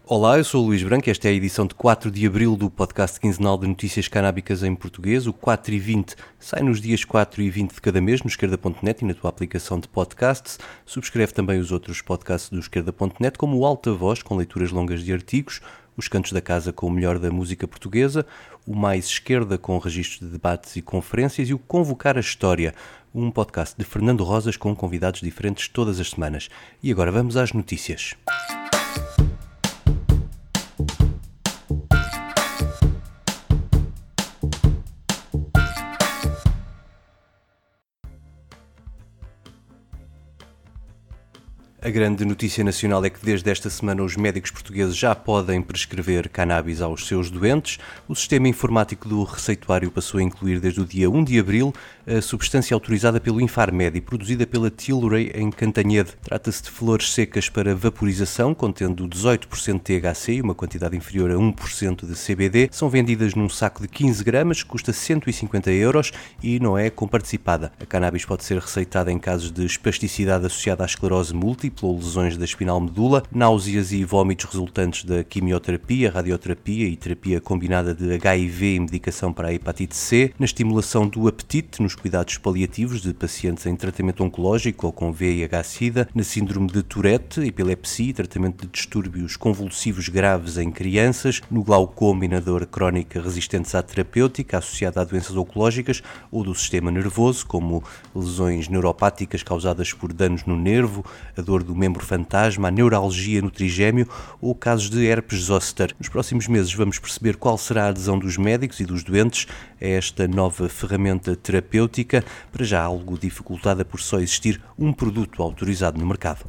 Olá, eu sou o Luís Branco e esta é a edição de 4 de abril do podcast quinzenal de notícias canábicas em português. O 4 e 20 sai nos dias 4 e 20 de cada mês no esquerda.net e na tua aplicação de podcasts. Subscreve também os outros podcasts do esquerda.net, como o Alta Voz, com leituras longas de artigos, os Cantos da Casa com o melhor da música portuguesa, o Mais Esquerda com registros de debates e conferências e o Convocar a História, um podcast de Fernando Rosas com convidados diferentes todas as semanas. E agora vamos às notícias. A grande notícia nacional é que desde esta semana os médicos portugueses já podem prescrever cannabis aos seus doentes. O sistema informático do receituário passou a incluir desde o dia 1 de abril a substância autorizada pelo Infarmed e produzida pela Tilray em Cantanhede. Trata-se de flores secas para vaporização, contendo 18% de THC e uma quantidade inferior a 1% de CBD. São vendidas num saco de 15 gramas, que custa 150 euros e não é comparticipada. A cannabis pode ser receitada em casos de espasticidade associada à esclerose múltipla ou lesões da espinal medula, náuseas e vômitos resultantes da quimioterapia, radioterapia e terapia combinada de HIV e medicação para a hepatite C, na estimulação do apetite, nos cuidados paliativos de pacientes em tratamento oncológico ou com VIH-Sida, na síndrome de Tourette, epilepsia e tratamento de distúrbios convulsivos graves em crianças, no glaucoma e na dor crónica resistentes à terapêutica associada a doenças oncológicas ou do sistema nervoso, como lesões neuropáticas causadas por danos no nervo, a dor do membro fantasma, a neuralgia no trigémeo ou casos de herpes zoster. Nos próximos meses vamos perceber qual será a adesão dos médicos e dos doentes a esta nova ferramenta terapêutica, para já algo dificultada por só existir um produto autorizado no mercado.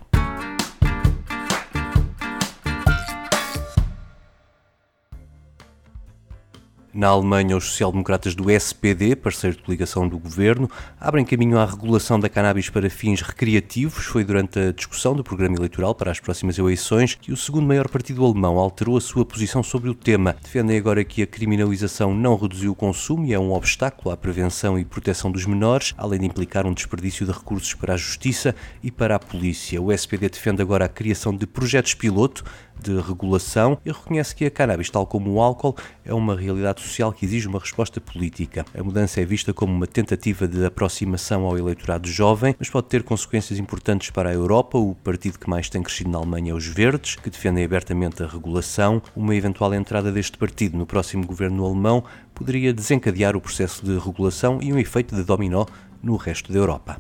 Na Alemanha, os social-democratas do SPD, parceiro de coligação do governo, abrem caminho à regulação da cannabis para fins recreativos. Foi durante a discussão do programa eleitoral para as próximas eleições que o segundo maior partido alemão alterou a sua posição sobre o tema. Defendem agora que a criminalização não reduziu o consumo e é um obstáculo à prevenção e proteção dos menores, além de implicar um desperdício de recursos para a justiça e para a polícia. O SPD defende agora a criação de projetos piloto de regulação e reconhece que a cannabis, tal como o álcool, é uma realidade social que exige uma resposta política. A mudança é vista como uma tentativa de aproximação ao eleitorado jovem, mas pode ter consequências importantes para a Europa. O partido que mais tem crescido na Alemanha é os Verdes, que defendem abertamente a regulação. Uma eventual entrada deste partido no próximo governo alemão poderia desencadear o processo de regulação e um efeito de dominó no resto da Europa.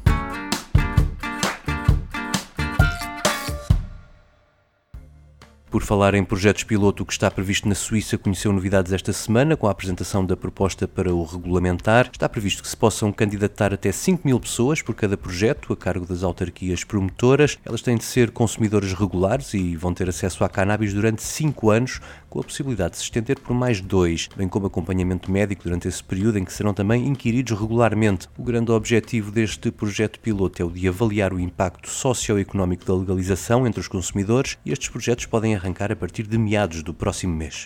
Por falar em projetos piloto, o que está previsto na Suíça conheceu novidades esta semana com a apresentação da proposta para o regulamentar. Está previsto que se possam candidatar até 5.000 pessoas por cada projeto, a cargo das autarquias promotoras. Elas têm de ser consumidores regulares e vão ter acesso à cannabis durante 5 anos, com a possibilidade de se estender por mais 2, bem como acompanhamento médico durante esse período em que serão também inquiridos regularmente. O grande objetivo deste projeto piloto é o de avaliar o impacto socioeconómico da legalização entre os consumidores e estes projetos podem arrancar a partir de meados do próximo mês.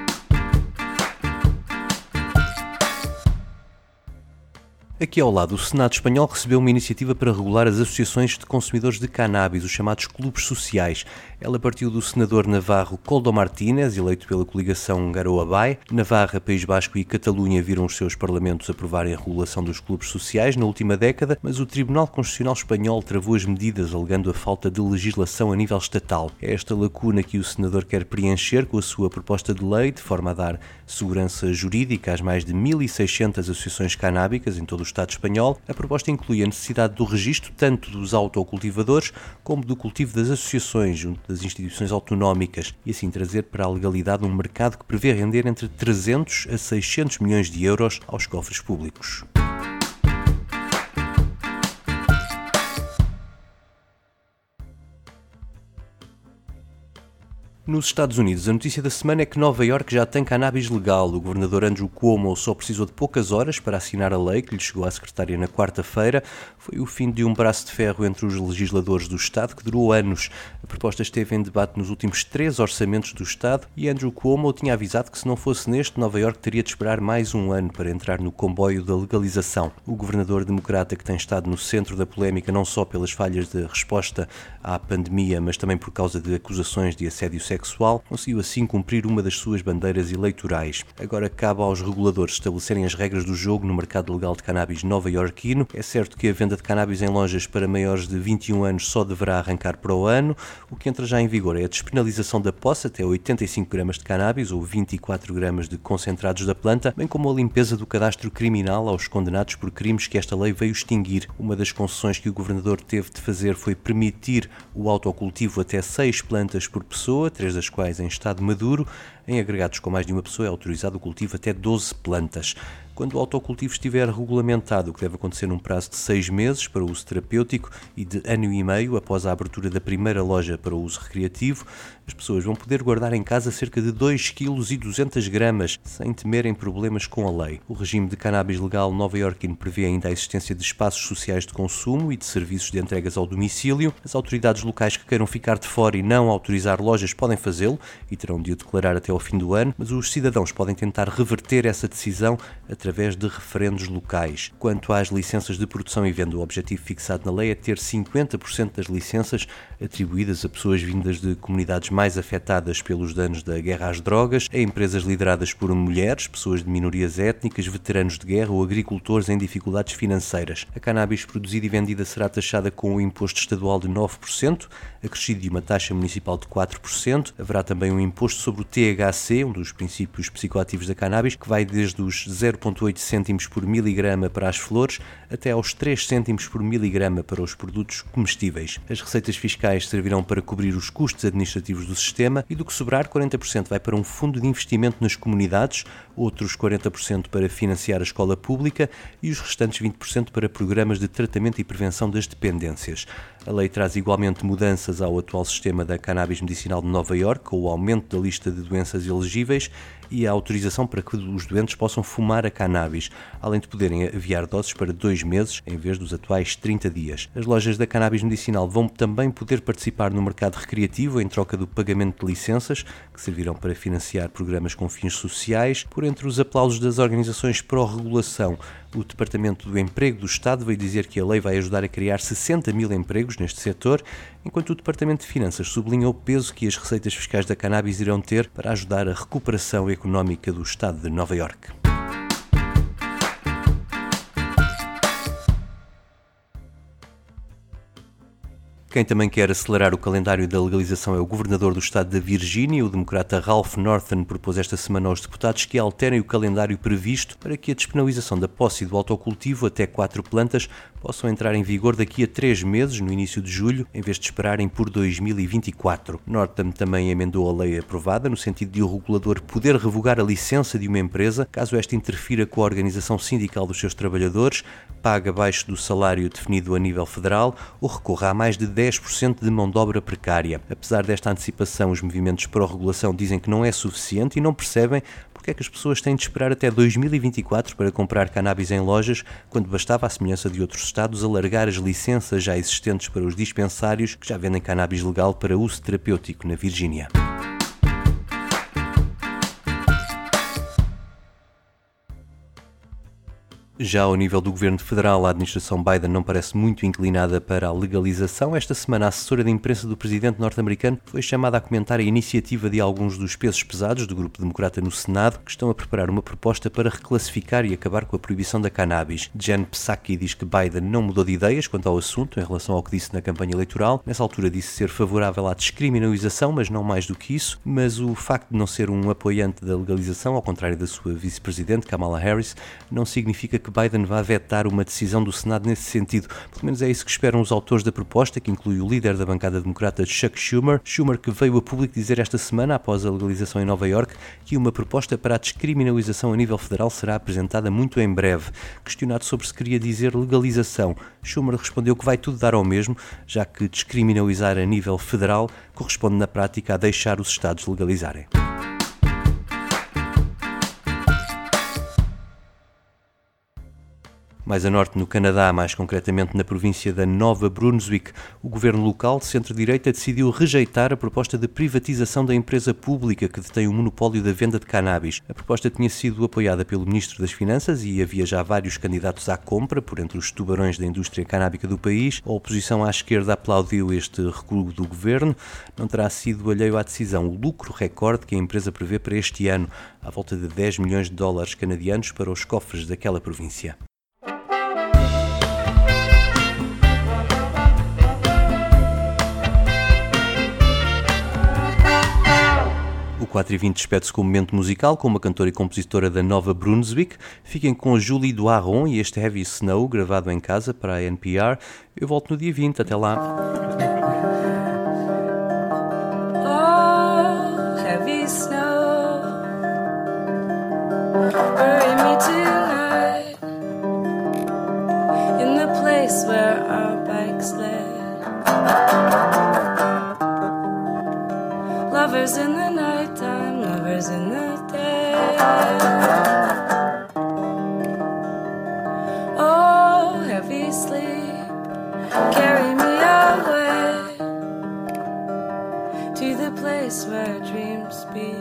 Aqui ao lado, o Senado espanhol recebeu uma iniciativa para regular as associações de consumidores de cannabis, os chamados clubes sociais. Ela partiu do senador navarro Koldo Martínez, eleito pela coligação Garoa Bai. Navarra, País Basco e Catalunha viram os seus parlamentos aprovarem a regulação dos clubes sociais na última década, mas o Tribunal Constitucional espanhol travou as medidas, alegando a falta de legislação a nível estatal. É esta lacuna que o senador quer preencher com a sua proposta de lei, de forma a dar segurança jurídica às mais de 1.600 associações canábicas em todo o Estado espanhol. A proposta inclui a necessidade do registro tanto dos autocultivadores como do cultivo das associações junto das instituições autonómicas e assim trazer para a legalidade um mercado que prevê render entre 300 a 600 milhões de euros aos cofres públicos. Nos Estados Unidos, a notícia da semana é que Nova Iorque já tem cannabis legal. O governador Andrew Cuomo só precisou de poucas horas para assinar a lei que lhe chegou à secretária na quarta-feira. Foi o fim de um braço de ferro entre os legisladores do Estado que durou anos. A proposta esteve em debate nos últimos 3 orçamentos do Estado e Andrew Cuomo tinha avisado que se não fosse neste, Nova Iorque teria de esperar mais um ano para entrar no comboio da legalização. O governador democrata, que tem estado no centro da polémica não só pelas falhas de resposta à pandemia, mas também por causa de acusações de assédio sexual, conseguiu assim cumprir uma das suas bandeiras eleitorais. Agora cabe aos reguladores estabelecerem as regras do jogo no mercado legal de cannabis nova-iorquino. É certo que a venda de cannabis em lojas para maiores de 21 anos só deverá arrancar para o ano. O que entra já em vigor é a despenalização da posse até 85 gramas de cannabis ou 24 gramas de concentrados da planta, bem como a limpeza do cadastro criminal aos condenados por crimes que esta lei veio extinguir. Uma das concessões que o governador teve de fazer foi permitir o autocultivo até 6 plantas por pessoa, 3 das quais em estado maduro. Em agregados com mais de uma pessoa é autorizado o cultivo até 12 plantas. Quando o autocultivo estiver regulamentado, o que deve acontecer num prazo de 6 meses para uso terapêutico e de ano e meio após a abertura da primeira loja para uso recreativo, as pessoas vão poder guardar em casa cerca de 2,2 kg sem temerem problemas com a lei. O regime de cannabis legal nova-iorquino prevê ainda a existência de espaços sociais de consumo e de serviços de entregas ao domicílio. As autoridades locais que queiram ficar de fora e não autorizar lojas podem fazê-lo e terão de o declarar até ao fim do ano, mas os cidadãos podem tentar reverter essa decisão através de referendos locais. Quanto às licenças de produção e venda, o objetivo fixado na lei é ter 50% das licenças atribuídas a pessoas vindas de comunidades mais afetadas pelos danos da guerra às drogas, a empresas lideradas por mulheres, pessoas de minorias étnicas, veteranos de guerra ou agricultores em dificuldades financeiras. A cannabis produzida e vendida será taxada com o imposto estadual de 9%, acrescido de uma taxa municipal de 4%. Haverá também um imposto sobre o THC, um dos princípios psicoativos da cannabis, que vai desde os 0,8 cêntimos por miligrama para as flores até aos 3 cêntimos por miligrama para os produtos comestíveis. As receitas fiscais servirão para cobrir os custos administrativos do sistema e do que sobrar, 40% vai para um fundo de investimento nas comunidades, outros 40% para financiar a escola pública e os restantes 20% para programas de tratamento e prevenção das dependências. A lei traz igualmente mudanças ao atual sistema da cannabis medicinal de Nova Iorque, com o aumento da lista de doenças elegíveis e a autorização para que os doentes possam fumar a cannabis, além de poderem aviar doses para 2 meses, em vez dos atuais 30 dias. As lojas da cannabis medicinal vão também poder participar no mercado recreativo em troca do pagamento de licenças, que servirão para financiar programas com fins sociais. Por entre os aplausos das organizações pró-regulação, o Departamento do Emprego do Estado veio dizer que a lei vai ajudar a criar 60 mil empregos neste setor, enquanto o Departamento de Finanças sublinha o peso que as receitas fiscais da cannabis irão ter para ajudar a recuperação económica do Estado de Nova Iorque. Quem também quer acelerar o calendário da legalização é o governador do estado da Virgínia. O democrata Ralph Northam propôs esta semana aos deputados que alterem o calendário previsto para que a despenalização da posse e do autocultivo até 4 plantas possam entrar em vigor daqui a 3 meses, no início de julho, em vez de esperarem por 2024. Northam também emendou a lei aprovada no sentido de o regulador poder revogar a licença de uma empresa caso esta interfira com a organização sindical dos seus trabalhadores, pague abaixo do salário definido a nível federal ou recorra a mais de 10% de mão de obra precária. Apesar desta antecipação, os movimentos pró-regulação dizem que não é suficiente e não percebem porque é que as pessoas têm de esperar até 2024 para comprar cannabis em lojas, quando bastava, à semelhança de outros estados, alargar as licenças já existentes para os dispensários que já vendem cannabis legal para uso terapêutico na Virgínia. Já ao nível do governo federal, a administração Biden não parece muito inclinada para a legalização. Esta semana, a assessora de imprensa do presidente norte-americano foi chamada a comentar a iniciativa de alguns dos pesos pesados do grupo democrata no Senado, que estão a preparar uma proposta para reclassificar e acabar com a proibição da cannabis. Jen Psaki diz que Biden não mudou de ideias quanto ao assunto em relação ao que disse na campanha eleitoral. Nessa altura disse ser favorável à descriminalização, mas não mais do que isso. Mas o facto de não ser um apoiante da legalização, ao contrário da sua vice-presidente, Kamala Harris, não significa que Biden vá vetar uma decisão do Senado nesse sentido. Pelo menos é isso que esperam os autores da proposta, que inclui o líder da bancada democrata Chuck Schumer. Schumer, que veio a público dizer esta semana, após a legalização em Nova Iorque, que uma proposta para a descriminalização a nível federal será apresentada muito em breve. Questionado sobre se queria dizer legalização, Schumer respondeu que vai tudo dar ao mesmo, já que descriminalizar a nível federal corresponde na prática a deixar os estados legalizarem. Mais a norte, no Canadá, mais concretamente na província da Nova Brunswick, o governo local de centro-direita decidiu rejeitar a proposta de privatização da empresa pública que detém o monopólio da venda de cannabis. A proposta tinha sido apoiada pelo Ministro das Finanças e havia já vários candidatos à compra, por entre os tubarões da indústria canábica do país. A oposição à esquerda aplaudiu este recuo do governo. Não terá sido alheio à decisão o lucro recorde que a empresa prevê para este ano, à volta de 10 milhões de dólares canadianos para os cofres daquela província. O 4h20 despede-se com um momento musical com uma cantora e compositora da Nova Brunswick. Fiquem com a Julie Doiron e este Heavy Snow, gravado em casa para a NPR. Eu volto no dia 20. Até lá. Oh, heavy snow, bury me tonight in the place where our bikes led. Lovers in the nighttime, lovers in the day. Oh, heavy sleep, carry me away to the place where dreams be.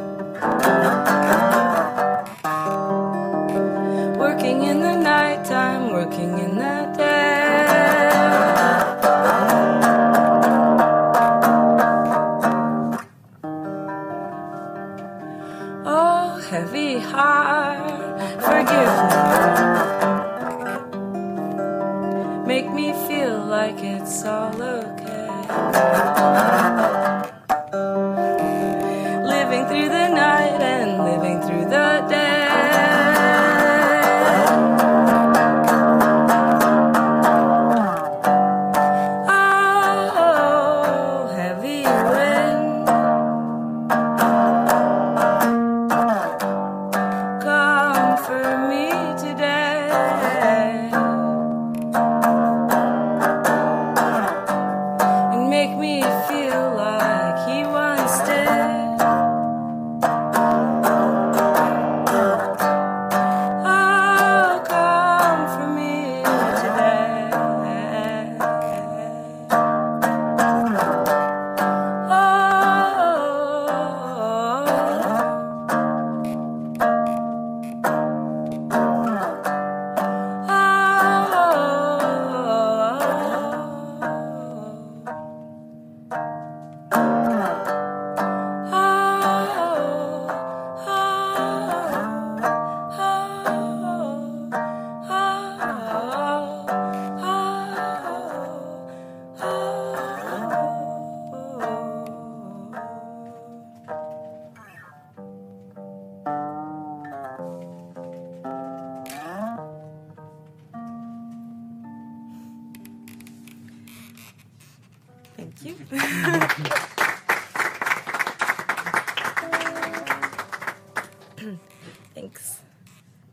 Working in the nighttime, working in the day. Oh, heavy heart, forgive me. Make me feel like it's all okay. Living through the night and living through the day. Oh, heavy wind, comfort me today. And make me feel like he once did. Oh, comfort me today. Thank you. Thanks.